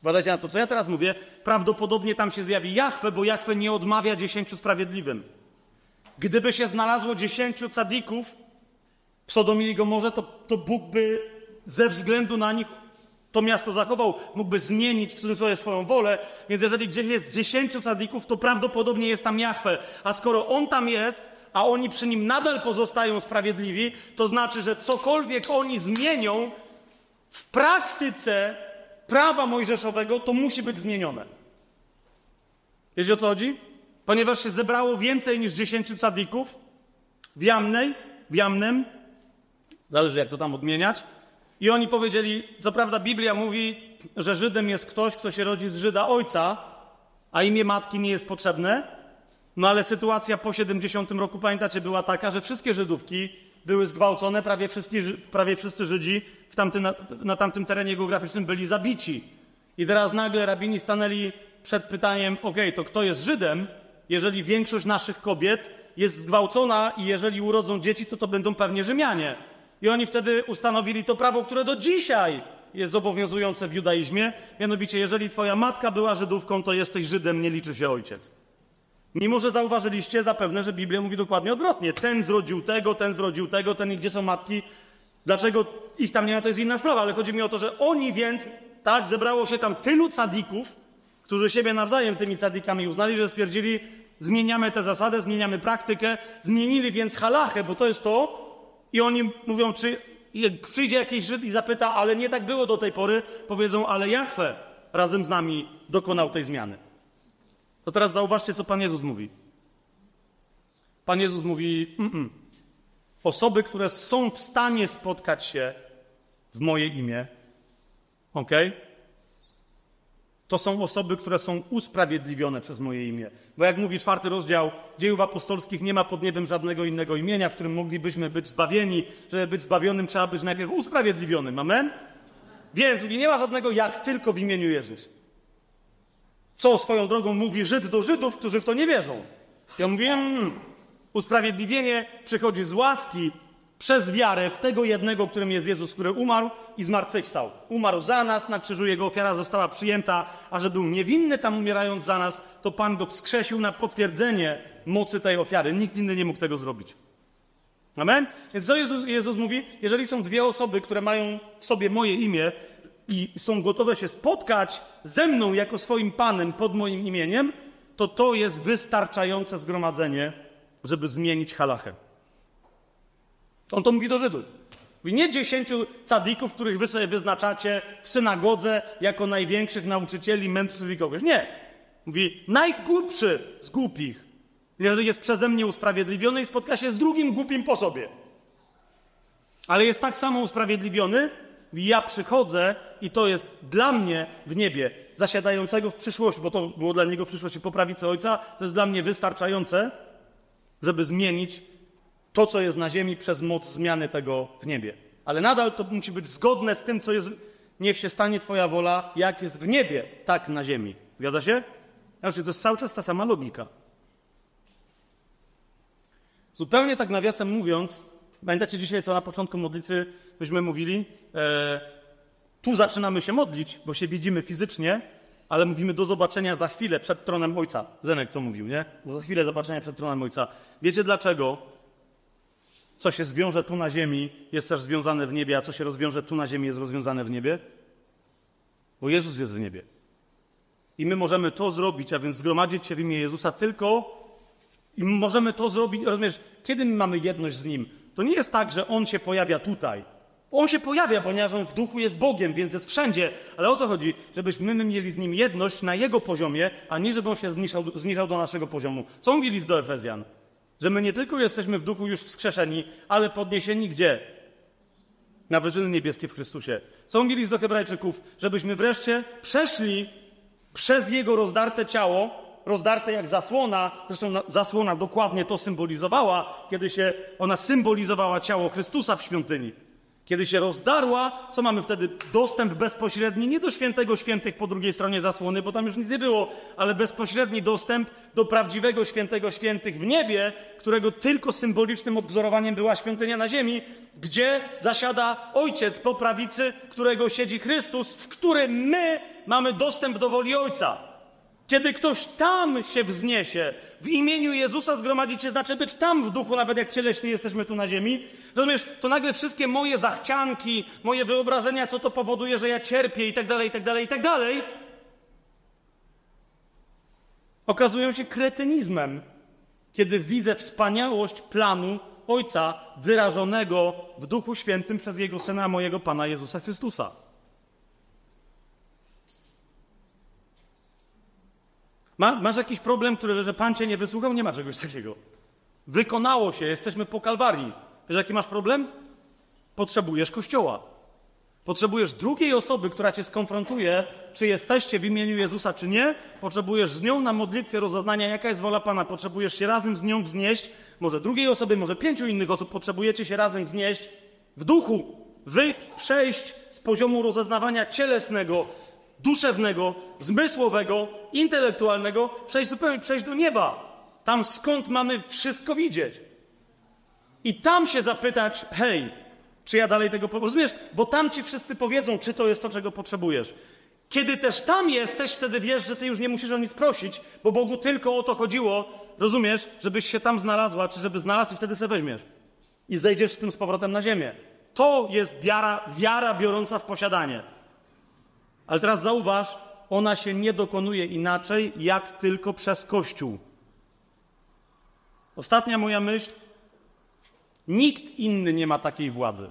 Uważajcie na to, co ja teraz mówię. Prawdopodobnie tam się zjawi Jahwe, bo Jahwe nie odmawia dziesięciu sprawiedliwym. Gdyby się znalazło dziesięciu cadików w Sodomie i Gomorze, to, to Bóg by ze względu na nich to miasto zachował, mógłby zmienić w cudzysłowie swoją wolę, więc jeżeli gdzieś jest dziesięciu cadików, to prawdopodobnie jest tam Jahwe. A skoro On tam jest, a oni przy Nim nadal pozostają sprawiedliwi, to znaczy, że cokolwiek oni zmienią w praktyce prawa mojżeszowego, to musi być zmienione. Wiecie, o co chodzi? Ponieważ się zebrało więcej niż dziesięciu cadików w Jamnej, w Jamnem, zależy jak to tam odmieniać, i oni powiedzieli, co prawda Biblia mówi, że Żydem jest ktoś, kto się rodzi z Żyda ojca, a imię matki nie jest potrzebne, no ale sytuacja po siedemdziesiątym roku, pamiętacie, była taka, że wszystkie Żydówki były zgwałcone, prawie wszyscy, prawie wszyscy Żydzi w tamtym, na, na tamtym terenie geograficznym byli zabici. I teraz nagle rabini stanęli przed pytaniem, okej, okay, to kto jest Żydem, jeżeli większość naszych kobiet jest zgwałcona i jeżeli urodzą dzieci, to to będą pewnie Rzymianie. I oni wtedy ustanowili to prawo, które do dzisiaj jest obowiązujące w judaizmie. Mianowicie, jeżeli twoja matka była Żydówką, to jesteś Żydem, nie liczy się ojciec. Mimo że zauważyliście zapewne, że Biblia mówi dokładnie odwrotnie. Ten zrodził tego, ten zrodził tego, ten i gdzie są matki. Dlaczego ich tam nie ma, to jest inna sprawa, ale chodzi mi o to, że oni więc, tak, zebrało się tam tylu cadików, którzy siebie nawzajem tymi cadikami uznali, że stwierdzili, zmieniamy tę zasadę, zmieniamy praktykę, zmienili więc halachę, bo to jest to, i oni mówią, czy jak przyjdzie jakiś Żyd i zapyta, ale nie tak było do tej pory, powiedzą, ale Jahwe razem z nami dokonał tej zmiany. To teraz zauważcie, co Pan Jezus mówi. Pan Jezus mówi, mm-mm. osoby, które są w stanie spotkać się w moje imię, okej? Okay? To są osoby, które są usprawiedliwione przez moje imię. Bo jak mówi czwarty rozdział Dziejów Apostolskich, nie ma pod niebem żadnego innego imienia, w którym moglibyśmy być zbawieni. Żeby być zbawionym, trzeba być najpierw usprawiedliwionym. Amen? Więc nie ma żadnego jak tylko w imieniu Jezus. Co swoją drogą mówi Żyd do Żydów, którzy w to nie wierzą. Ja mówię, mm, usprawiedliwienie przychodzi z łaski przez wiarę w tego jednego, którym jest Jezus, który umarł i zmartwychwstał. Umarł za nas, na krzyżu jego ofiara została przyjęta, a że był niewinny tam umierając za nas, to Pan go wskrzesił na potwierdzenie mocy tej ofiary. Nikt inny nie mógł tego zrobić. Amen? Więc co Jezus, Jezus mówi? Jeżeli są dwie osoby, które mają w sobie moje imię i są gotowe się spotkać ze mną jako swoim Panem pod moim imieniem, to to jest wystarczające zgromadzenie, żeby zmienić halachę. On to mówi do Żydów. Mówi nie dziesięciu cadików, których wy sobie wyznaczacie w synagodze jako największych nauczycieli, mędrców i kogoś. Nie. Mówi najgłupszy z głupich, jeżeli jest przeze mnie usprawiedliwiony i spotka się z drugim głupim po sobie. Ale jest tak samo usprawiedliwiony, mówi, ja przychodzę i to jest dla mnie w niebie, zasiadającego w przyszłości, bo to było dla niego w przyszłości po prawicy Ojca, to jest dla mnie wystarczające, żeby zmienić to, co jest na ziemi przez moc zmiany tego w niebie. Ale nadal to musi być zgodne z tym, co jest, niech się stanie twoja wola, jak jest w niebie, tak na ziemi. Zgadza się? Znaczy, to jest cały czas ta sama logika. Zupełnie tak nawiasem mówiąc, pamiętacie dzisiaj, co na początku modlitwy byśmy mówili? E, tu zaczynamy się modlić, bo się widzimy fizycznie, ale mówimy do zobaczenia za chwilę przed tronem Ojca. Zenek co mówił, nie? Za chwilę zobaczenia przed tronem Ojca. Wiecie dlaczego? Co się zwiąże tu na ziemi, jest też związane w niebie, a co się rozwiąże tu na ziemi, jest rozwiązane w niebie? Bo Jezus jest w niebie. I my możemy to zrobić, a więc zgromadzić się w imię Jezusa tylko i możemy to zrobić, rozumiesz, kiedy my mamy jedność z Nim? To nie jest tak, że On się pojawia tutaj. On się pojawia, ponieważ On w duchu jest Bogiem, więc jest wszędzie. Ale o co chodzi? Żebyśmy my mieli z Nim jedność na Jego poziomie, a nie żeby On się zniżał, zniżał do naszego poziomu. Co mówi list do Efezjan? Że my nie tylko jesteśmy w duchu już wskrzeszeni, ale podniesieni gdzie? Na wyżyny niebieskie w Chrystusie. Co mówi list do Hebrajczyków? Żebyśmy wreszcie przeszli przez Jego rozdarte ciało, rozdarte jak zasłona, zresztą zasłona dokładnie to symbolizowała, kiedy się ona symbolizowała ciało Chrystusa w świątyni. Kiedy się rozdarła, co mamy wtedy? Dostęp bezpośredni, nie do świętego świętych po drugiej stronie zasłony, bo tam już nic nie było, ale bezpośredni dostęp do prawdziwego świętego świętych w niebie, którego tylko symbolicznym odwzorowaniem była świątynia na ziemi, gdzie zasiada Ojciec po prawicy, którego siedzi Chrystus, w którym my mamy dostęp do woli Ojca. Kiedy ktoś tam się wzniesie, w imieniu Jezusa zgromadzić się, znaczy być tam w duchu, nawet jak cieleśnie jesteśmy tu na ziemi, rozumiesz, to nagle wszystkie moje zachcianki, moje wyobrażenia, co to powoduje, że ja cierpię i tak dalej, i tak dalej, i tak dalej, okazują się kretynizmem, kiedy widzę wspaniałość planu Ojca wyrażonego w Duchu Świętym przez Jego Syna, mojego Pana Jezusa Chrystusa. Ma, masz jakiś problem, który, że Pan cię nie wysłuchał? Nie ma czegoś takiego. Wykonało się, jesteśmy po Kalwarii. Wiesz, jaki masz problem? Potrzebujesz Kościoła. Potrzebujesz drugiej osoby, która cię skonfrontuje, czy jesteście w imieniu Jezusa, czy nie. Potrzebujesz z nią na modlitwie rozeznania, jaka jest wola Pana. Potrzebujesz się razem z nią wznieść. Może drugiej osoby, może pięciu innych osób. Potrzebujecie się razem wznieść w duchu. Wy przejść z poziomu rozeznawania cielesnego, duszewnego, zmysłowego, intelektualnego, przejść zupełnie, przejść do nieba. Tam skąd mamy wszystko widzieć. I tam się zapytać, hej, czy ja dalej tego potrzebuję? Rozumiesz? Bo tam ci wszyscy powiedzą, czy to jest to, czego potrzebujesz. Kiedy też tam jesteś, wtedy wiesz, że ty już nie musisz o nic prosić, bo Bogu tylko o to chodziło, rozumiesz, żebyś się tam znalazła, czy żeby znalazł i wtedy sobie weźmiesz. I zejdziesz z tym z powrotem na ziemię. To jest wiara, wiara biorąca w posiadanie. Ale teraz zauważ, ona się nie dokonuje inaczej, jak tylko przez Kościół. Ostatnia moja myśl. Nikt inny nie ma takiej władzy.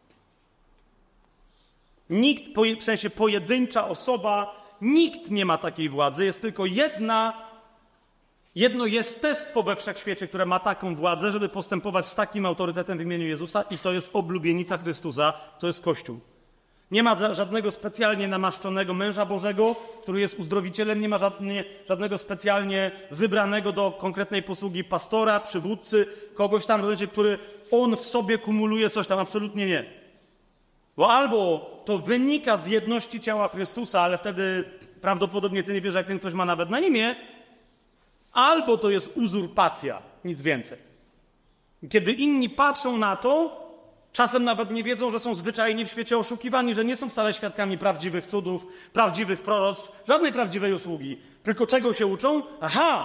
Nikt, w sensie pojedyncza osoba, nikt nie ma takiej władzy. Jest tylko jedna, jedno jestestwo we wszechświecie, które ma taką władzę, żeby postępować z takim autorytetem w imieniu Jezusa i to jest oblubienica Chrystusa, to jest Kościół. Nie ma żadnego specjalnie namaszczonego męża Bożego, który jest uzdrowicielem, nie ma żadnie, żadnego specjalnie wybranego do konkretnej posługi pastora, przywódcy, kogoś tam, który on w sobie kumuluje coś tam, absolutnie nie. Bo albo to wynika z jedności ciała Chrystusa, ale wtedy prawdopodobnie ty nie wiesz, jak ten ktoś ma nawet na imię, albo to jest uzurpacja, nic więcej. Kiedy inni patrzą na to, czasem nawet nie wiedzą, że są zwyczajnie w świecie oszukiwani, że nie są wcale świadkami prawdziwych cudów, prawdziwych proroctw, żadnej prawdziwej usługi. Tylko czego się uczą? Aha!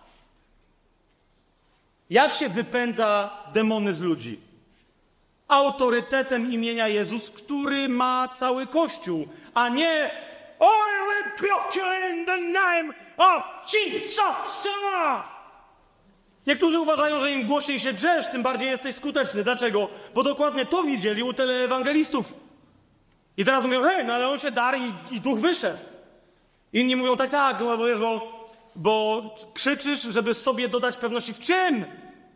Jak się wypędza demony z ludzi? Autorytetem imienia Jezus, który ma cały Kościół, a nie I rebuke you in the name of Jesus! Niektórzy uważają, że im głośniej się drzesz, tym bardziej jesteś skuteczny. Dlaczego? Bo dokładnie to widzieli u teleewangelistów. I teraz mówią, hej, no ale on się darł i, i duch wyszedł. Inni mówią, tak, tak, bo wiesz, bo, bo krzyczysz, żeby sobie dodać pewności. W czym?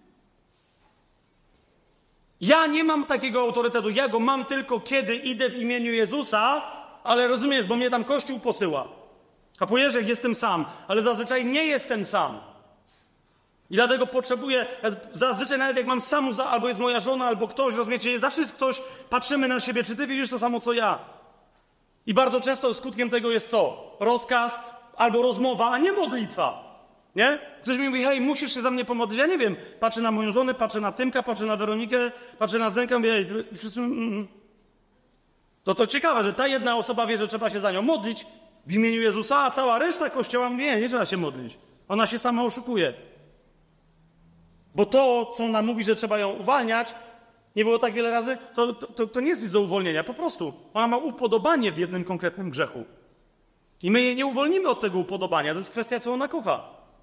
Ja nie mam takiego autorytetu. Ja go mam tylko, kiedy idę w imieniu Jezusa, ale rozumiesz, bo mnie tam Kościół posyła. Kapujesz, jak jestem sam, ale zazwyczaj nie jestem sam. I dlatego potrzebuję, zazwyczaj nawet jak mam samu, za, albo jest moja żona, albo ktoś, rozumiecie, zawsze jest ktoś, patrzymy na siebie, czy ty widzisz to samo, co ja. I bardzo często skutkiem tego jest co? Rozkaz albo rozmowa, a nie modlitwa. Nie? Ktoś mi mówi, hej, musisz się za mnie pomodlić. Ja nie wiem, patrzę na moją żonę, patrzę na Tymka, patrzę na Weronikę, patrzę na Zenka, mówię, hej, wszyscy... Mm. To to ciekawe, że ta jedna osoba wie, że trzeba się za nią modlić w imieniu Jezusa, a cała reszta Kościoła mówi, nie, nie trzeba się modlić. Ona się sama oszukuje. Bo to, co nam mówi, że trzeba ją uwalniać, nie było tak wiele razy, to, to, to nie jest nic do uwolnienia, po prostu. Ona ma upodobanie w jednym konkretnym grzechu. I my jej nie uwolnimy od tego upodobania, to jest kwestia, co ona kocha.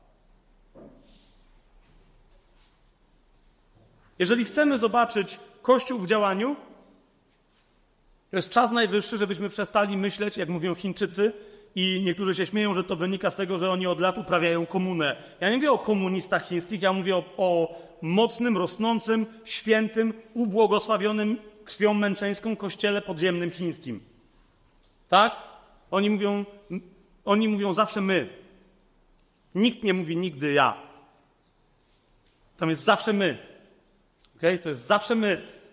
Jeżeli chcemy zobaczyć Kościół w działaniu, to jest czas najwyższy, żebyśmy przestali myśleć, jak mówią Chińczycy, i niektórzy się śmieją, że to wynika z tego, że oni od lat uprawiają komunę. Ja nie mówię o komunistach chińskich, ja mówię o, o mocnym, rosnącym, świętym, ubłogosławionym krwią męczeńską kościele podziemnym chińskim. Tak? Oni mówią, oni mówią zawsze my. Nikt nie mówi nigdy ja. Tam jest zawsze my. Okay? To jest zawsze my.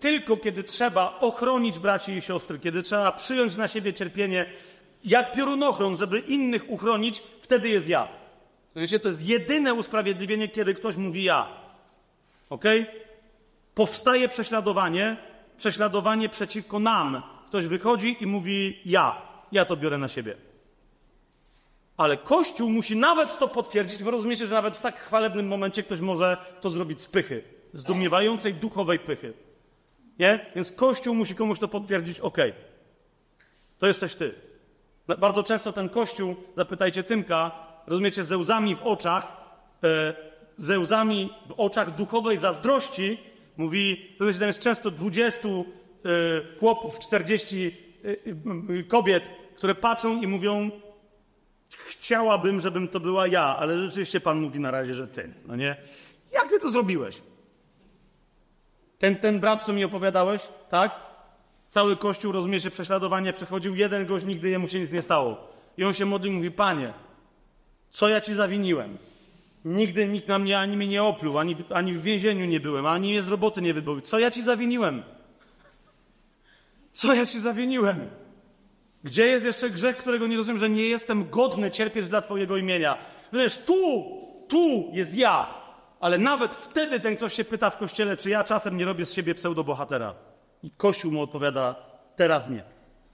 tylko kiedy trzeba ochronić braci i siostry, kiedy trzeba przyjąć na siebie cierpienie, jak piorunochron, żeby innych uchronić, wtedy jest ja. Wiecie, to jest jedyne usprawiedliwienie, kiedy ktoś mówi ja. Okej? Powstaje prześladowanie, prześladowanie przeciwko nam. Ktoś wychodzi i mówi ja. Ja to biorę na siebie. Ale Kościół musi nawet to potwierdzić, bo rozumiecie, że nawet w tak chwalebnym momencie ktoś może to zrobić z pychy. Zdumiewającej, duchowej pychy. Nie? Więc Kościół musi komuś to potwierdzić. Okej. To jesteś ty. Bardzo często ten Kościół, zapytajcie Tymka, rozumiecie, ze łzami w oczach, e, ze łzami w oczach duchowej zazdrości mówi, rozumiecie, tam jest często dwudziestu e, chłopów, czterdzieści e, e, kobiet, które patrzą i mówią, chciałabym, żebym to była ja, ale rzeczywiście Pan mówi na razie, że ty, no nie? Jak ty to zrobiłeś? Ten, ten brat, co mi opowiadałeś, tak? Cały Kościół, rozumiecie, prześladowanie przechodził, jeden gość, nigdy jemu się nic nie stało. I on się modli i mówi, Panie, co ja ci zawiniłem? Nigdy nikt na mnie ani mnie nie opluł, ani, ani w więzieniu nie byłem, ani mnie z roboty nie wybowił. Co ja ci zawiniłem? Co ja ci zawiniłem? Gdzie jest jeszcze grzech, którego nie rozumiem, że nie jestem godny cierpieć dla Twojego imienia? Wiesz, tu, tu jest ja. Ale nawet wtedy ten ktoś się pyta w Kościele, czy ja czasem nie robię z siebie pseudobohatera. I Kościół mu odpowiada, teraz nie.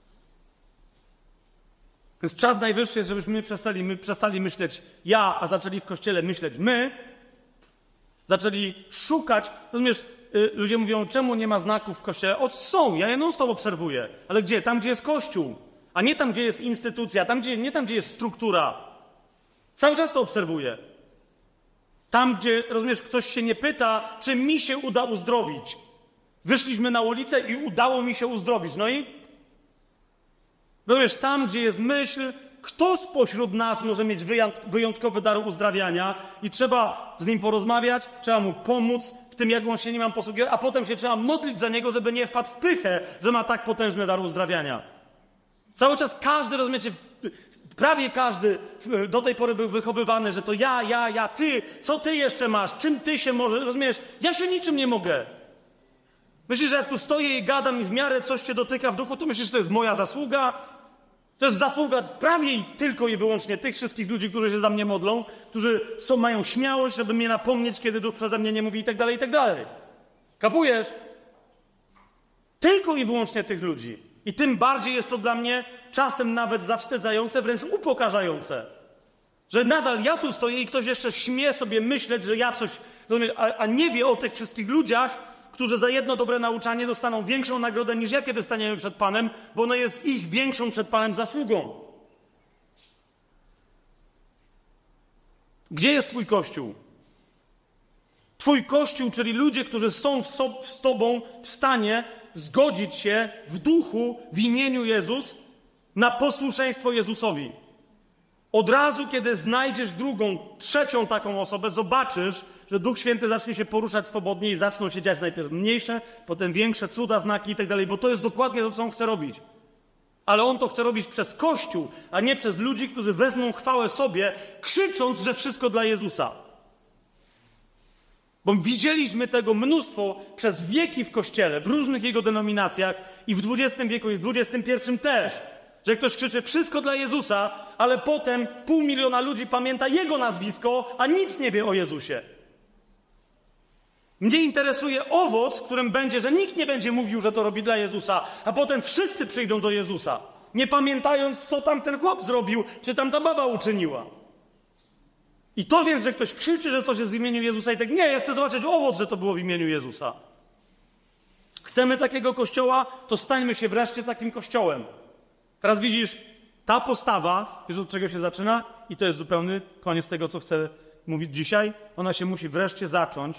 Więc czas najwyższy jest, żebyśmy przestali, my przestali myśleć ja, a zaczęli w Kościele myśleć my. Zaczęli szukać, rozumiesz, y, ludzie mówią, czemu nie ma znaków w Kościele? O, są, ja je non-stop obserwuję. Ale gdzie? Tam, gdzie jest Kościół. A nie tam, gdzie jest instytucja, tam, gdzie, nie tam, gdzie jest struktura. Cały czas to obserwuję. Tam, gdzie, rozumiesz, ktoś się nie pyta, czy mi się uda uzdrowić. Wyszliśmy na ulicę i udało mi się uzdrowić. No i? Rozumiesz, tam, gdzie jest myśl, kto spośród nas może mieć wyjątkowy dar uzdrawiania i trzeba z nim porozmawiać, trzeba mu pomóc w tym, jak on się nie ma posługiwać, a potem się trzeba modlić za niego, żeby nie wpadł w pychę, że ma tak potężny dar uzdrawiania. Cały czas każdy, rozumiecie, prawie każdy do tej pory był wychowywany, że to ja, ja, ja, ty, co ty jeszcze masz, czym ty się możesz, rozumiesz, ja się niczym nie mogę. Myślisz, że jak tu stoję i gadam i w miarę coś cię dotyka w duchu, to myślisz, że to jest moja zasługa? To jest zasługa prawie i tylko i wyłącznie tych wszystkich ludzi, którzy się za mnie modlą, którzy są, mają śmiałość, żeby mnie napomnieć, kiedy duch przeze mnie nie mówi i tak dalej, i tak dalej. Kapujesz? Tylko i wyłącznie tych ludzi. I tym bardziej jest to dla mnie czasem nawet zawstydzające, wręcz upokarzające. Że nadal ja tu stoję i ktoś jeszcze śmie sobie myśleć, że ja coś, a, a nie wie o tych wszystkich ludziach, którzy za jedno dobre nauczanie dostaną większą nagrodę niż ja, kiedy staniemy przed Panem, bo ono jest ich większą przed Panem zasługą. Gdzie jest Twój Kościół? Twój Kościół, czyli ludzie, którzy są z Tobą w stanie zgodzić się w duchu, w imieniu Jezus, na posłuszeństwo Jezusowi. Od razu, kiedy znajdziesz drugą, trzecią taką osobę, zobaczysz, że Duch Święty zacznie się poruszać swobodnie i zaczną się dziać najpierw mniejsze, potem większe, cuda, znaki i tak dalej, bo to jest dokładnie to, co On chce robić. Ale On to chce robić przez Kościół, a nie przez ludzi, którzy wezmą chwałę sobie, krzycząc, że wszystko dla Jezusa. Bo widzieliśmy tego mnóstwo przez wieki w Kościele, w różnych jego denominacjach i w dwudziestym wieku i w dwudziestym pierwszym też. Że ktoś krzyczy wszystko dla Jezusa, ale potem pół miliona ludzi pamięta Jego nazwisko, a nic nie wie o Jezusie. Mnie interesuje owoc, którym będzie, że nikt nie będzie mówił, że to robi dla Jezusa, a potem wszyscy przyjdą do Jezusa, nie pamiętając, co tam ten chłop zrobił, czy tam ta baba uczyniła. I to więc, że ktoś krzyczy, że coś jest w imieniu Jezusa i tak, nie, ja chcę zobaczyć owoc, że to było w imieniu Jezusa. Chcemy takiego kościoła, to stańmy się wreszcie takim kościołem. Teraz widzisz, ta postawa, wiesz, od czego się zaczyna? I to jest zupełny koniec tego, co chcę mówić dzisiaj. Ona się musi wreszcie zacząć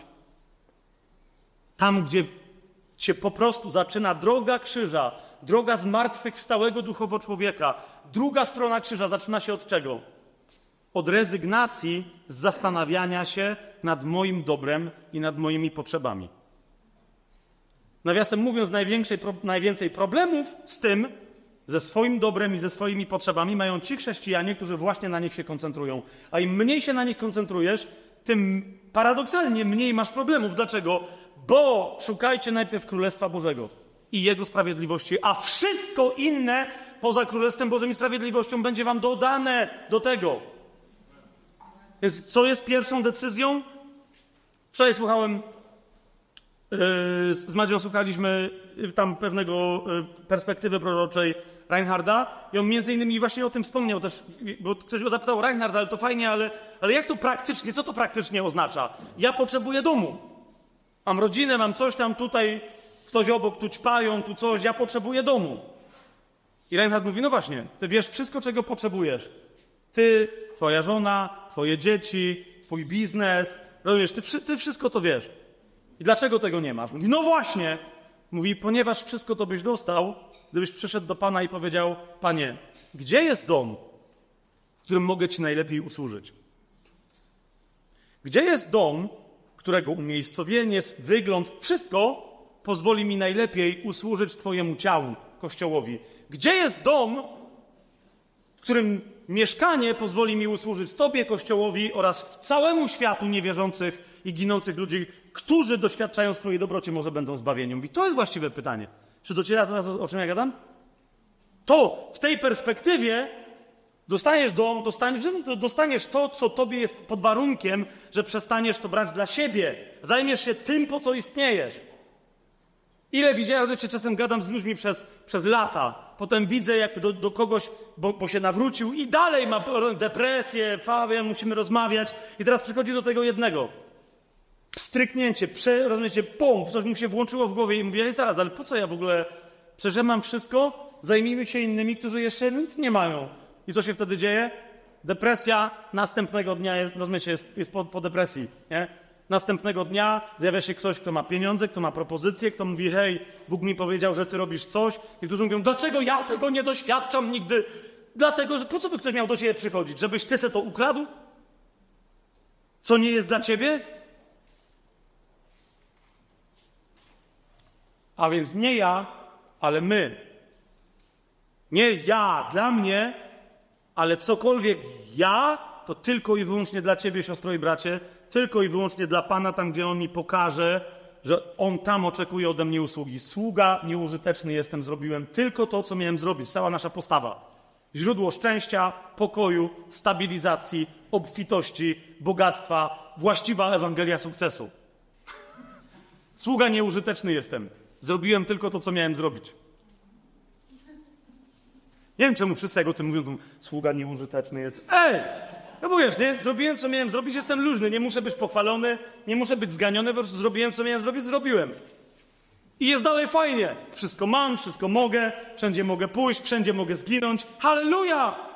tam, gdzie się po prostu zaczyna droga krzyża, droga zmartwychwstałego duchowo człowieka. Druga strona krzyża zaczyna się od czego? Od rezygnacji z zastanawiania się nad moim dobrem i nad moimi potrzebami. Nawiasem mówiąc, największej, najwięcej problemów z tym, ze swoim dobrem i ze swoimi potrzebami mają ci chrześcijanie, którzy właśnie na nich się koncentrują. A im mniej się na nich koncentrujesz, tym paradoksalnie mniej masz problemów. Dlaczego? Bo szukajcie najpierw Królestwa Bożego i Jego sprawiedliwości, a wszystko inne poza Królestwem Bożym i sprawiedliwością będzie wam dodane do tego. Więc co jest pierwszą decyzją? Wczoraj słuchałem, yy, z Madzią słuchaliśmy tam pewnego yy, perspektywy proroczej Reinharda i on między innymi właśnie o tym wspomniał też, bo ktoś go zapytał, Reinhard, ale to fajnie, ale, ale jak to praktycznie, co to praktycznie oznacza? Ja potrzebuję domu. Mam rodzinę, mam coś tam tutaj, ktoś obok, tu ćpają, tu coś, ja potrzebuję domu. I Reinhard mówi, no właśnie, ty wiesz wszystko, czego potrzebujesz. Ty, twoja żona, twoje dzieci, twój biznes, rozumiesz, ty, ty wszystko to wiesz. I dlaczego tego nie masz? Mówi, no właśnie. Mówi, ponieważ wszystko to byś dostał, gdybyś przyszedł do Pana i powiedział, Panie, gdzie jest dom, w którym mogę Ci najlepiej usłużyć? Gdzie jest dom, którego umiejscowienie, wygląd, wszystko pozwoli mi najlepiej usłużyć Twojemu ciału, Kościołowi? Gdzie jest dom, w którym mieszkanie pozwoli mi usłużyć Tobie, Kościołowi oraz całemu światu niewierzących i ginących ludzi, którzy doświadczają swojej dobroci, może będą zbawieni? Mówi, to jest właściwe pytanie. Czy dociera do nas, o czym ja gadam? To w tej perspektywie dostaniesz dom, dostaniesz, dostaniesz to, co Tobie jest pod warunkiem, że przestaniesz to brać dla siebie. Zajmiesz się tym, po co istniejesz. Ile widziałem, że czasem gadam z ludźmi przez, przez lata. Potem widzę, jak do, do kogoś, bo, bo się nawrócił i dalej ma depresję, Fabian, musimy rozmawiać. I teraz przychodzi do tego jednego. Stryknięcie, prze, rozumiecie, pum, coś mu się włączyło w głowie i mówię, ale zaraz, ale po co ja w ogóle, przecież ja mam wszystko, zajmijmy się innymi, którzy jeszcze nic nie mają. I co się wtedy dzieje? Depresja następnego dnia, jest, rozumiecie, jest, jest po, po depresji, nie? Następnego dnia zjawia się ktoś, kto ma pieniądze, kto ma propozycje, kto mówi, hej, Bóg mi powiedział, że ty robisz coś. I którzy mówią, dlaczego ja tego nie doświadczam nigdy? Dlatego, że po co by ktoś miał do ciebie przychodzić? Żebyś ty se to ukradł? Co nie jest dla ciebie? A więc nie ja, ale my. Nie ja dla mnie, ale cokolwiek ja, to tylko i wyłącznie dla ciebie, siostro i bracie, tylko i wyłącznie dla Pana, tam gdzie On mi pokaże, że On tam oczekuje ode mnie usługi. Sługa nieużyteczny jestem, zrobiłem tylko to, co miałem zrobić. Cała nasza postawa. Źródło szczęścia, pokoju, stabilizacji, obfitości, bogactwa, właściwa Ewangelia sukcesu. Sługa nieużyteczny jestem. Zrobiłem tylko to, co miałem zrobić. Nie wiem, czemu wszyscy jak o tym mówią, to sługa nieużyteczny jest. Ej! No bo wiesz, nie? Zrobiłem, co miałem zrobić, jestem luźny, nie muszę być pochwalony, nie muszę być zganiony, po prostu zrobiłem, co miałem zrobić, zrobiłem. I jest dalej fajnie. Wszystko mam, wszystko mogę, wszędzie mogę pójść, wszędzie mogę zginąć. Halleluja!